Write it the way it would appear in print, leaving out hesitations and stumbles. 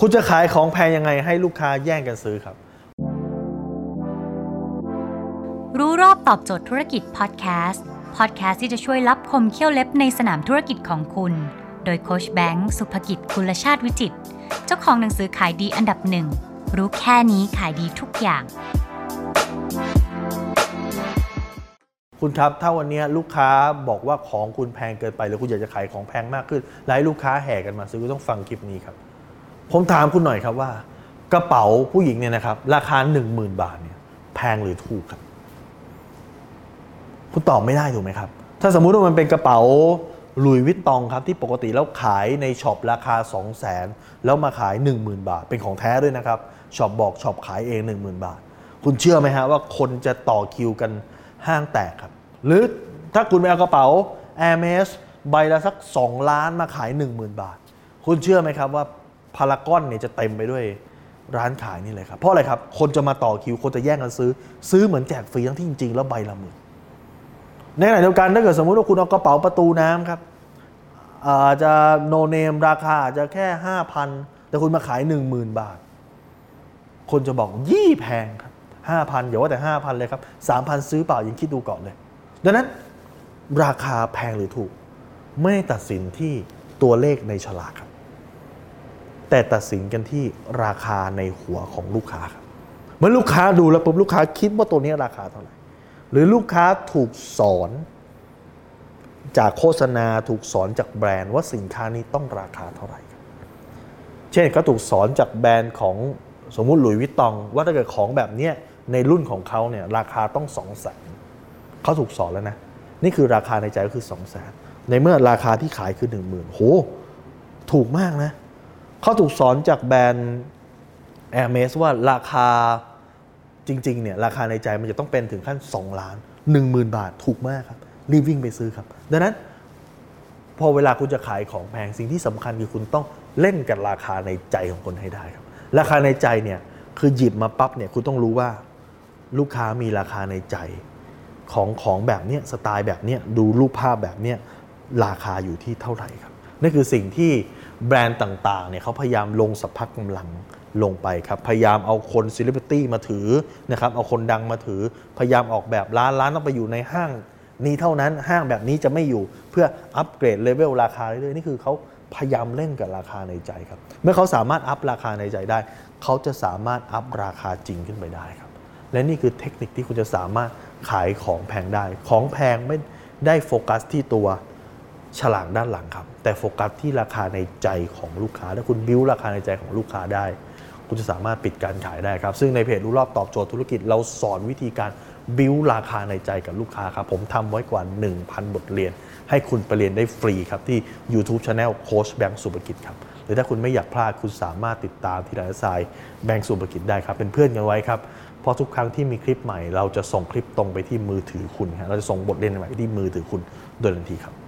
คุณจะขายของแพงยังไงให้ลูกค้าแย่งกันซื้อครับรู้รอบตอบโจทย์ธุรกิจพอดแคสต์ที่จะช่วยลับคมเขี้ยวเล็บในสนามธุรกิจของคุณโดยโค้ชแบงค์สุภกิจกุลชาติวิจิตรเจ้าของหนังสือขายดีอันดับหนึ่งรู้แค่นี้ขายดีทุกอย่างคุณครับถ้าวันนี้ลูกค้าบอกว่าของคุณแพงเกินไปหรือคุณอยากจะขายของแพงมากขึ้นและให้ลูกค้าแห่กันมาซื้อคุณต้องฟังคลิปนี้ครับผมถามคุณหน่อยครับว่ากระเป๋าผู้หญิงเนี่ยนะครับราคา 10,000 บาทเนี่ยแพงหรือถูกครับคุณตอบไม่ได้ถูกไหมครับถ้าสมมุติว่ามันเป็นกระเป๋าหลุยส์วิตตองครับที่ปกติแล้วขายในช็อปราคา 200,000 แล้วมาขาย 10,000 บาทเป็นของแท้ด้วยนะครับช็อปบอกช็อปขายเอง 10,000 บาทคุณเชื่อไหมฮะว่าคนจะต่อคิวกันห้างแตกครับหรือถ้าคุณไปเอากระเป๋า Hermes ใบละสัก2 ล้านมาขาย 10,000 บาทคุณเชื่อไหมครับว่าพารากอนเนี่ยจะเต็มไปด้วยร้านขายนี่เลยครับเพราะอะไรครับคนจะมาต่อคิวคนจะแย่งกันซื้อเหมือนแจกฟรีทั้งที่จริงๆแล้วใบละหมื่นในขณะเดียวกันถ้าเกิดสมมุติว่าคุณเอากระเป๋าประตูน้ำครับอาจจะโนเนมราคาอาจจะแค่ 5,000 แต่คุณมาขาย 10,000 บาทคนจะบอกยี่แพงครับ 5,000 อย่าว่าแต่ 5,000 เลยครับ 3,000 ซื้อเปล่ายังคิดดูก่อนเลยดังนั้นราคาแพงหรือถูกไม่ตัดสินที่ตัวเลขในฉลากครับแต่ตัดสินกันที่ราคาในหัวของลูกค้าครับเมื่อลูกค้าดูแล้วปุ๊บลูกค้าคิดว่าตัวนี้ราคาเท่าไหร่หรือลูกค้าถูกสอนจากโฆษณาถูกสอนจากแบรนด์ว่าสินค้านี้ต้องราคาเท่าไหร่ครับเช่นเขาถูกสอนจากแบรนด์ของสมมุติหลุยส์วิตตองว่าถ้าเกิดของแบบนี้ในรุ่นของเขาเนี่ยราคาต้อง 200,000 เขาถูกสอนแล้วนะนี่คือราคาในใจก็คือ 200,000 ในเมื่อราคาที่ขายคือ 10,000 โหถูกมากนะเขาถูกสอนจากแบรนด์ Hermes ว่าราคาจริงๆเนี่ยราคาในใจมันจะต้องเป็นถึงขั้น2 ล้าน 10,000 บาทถูกมากครับรีบวิ่งไปซื้อครับดังนั้นพอเวลาคุณจะขายของแพงสิ่งที่สำคัญคือคุณต้องเล่นกับราคาในใจของคนให้ได้ครับราคาในใจเนี่ยคือหยิบมาปั๊บเนี่ยคุณต้องรู้ว่าลูกค้ามีราคาในใจของแบบนี้สไตล์แบบนี้ดูรูปภาพแบบนี้ราคาอยู่ที่เท่าไหร่ครับนั่นคือสิ่งที่แบรนด์ต่างๆเนี่ยเขาพยายามลงสรรพกำลังลงไปครับพยายามเอาคนเซเลบริตี้มาถือนะครับเอาคนดังมาถือพยายามออกแบบร้านต้องไปอยู่ในห้างนี้เท่านั้นห้างแบบนี้จะไม่อยู่เพื่ออัปเกรดเลเวลราคาเรื่อยๆนี่คือเขาพยายามเล่นกับราคาในใจครับเมื่อเขาสามารถอัพราคาในใจได้เขาจะสามารถอัพราคาจริงขึ้นไปได้ครับและนี่คือเทคนิคที่คุณจะสามารถขายของแพงได้ของแพงไม่ได้โฟกัสที่ตัวฉลากด้านหลังครับแต่โฟกัสที่ราคาในใจของลูกค้าถ้าคุณบิ้วราคาในใจของลูกค้าได้คุณจะสามารถปิดการขายได้ครับซึ่งในเพจรู้รอบตอบโจทย์ธุรกิจเราสอนวิธีการบิ้วราคาในใจกับลูกค้าครับผมทำไว้กว่า 1,000 บทเรียนให้คุณไปเรียนได้ฟรีครับที่ YouTube Channel โค้ชแบงค์สุภกิจครับหรือถ้าคุณไม่อยากพลาดคุณสามารถติดตามที่ไลฟ์สไตล์แบงค์สุภกิจได้ครับเป็นเพื่อนกันไว้ครับเพราะทุกครั้งที่มีคลิปใหม่เราจะส่งคลิปตรงไปที่มือถือคุณเราจะส่งบทเรียนใหม่ไปที่มือถือคุณโดยทันทีครับ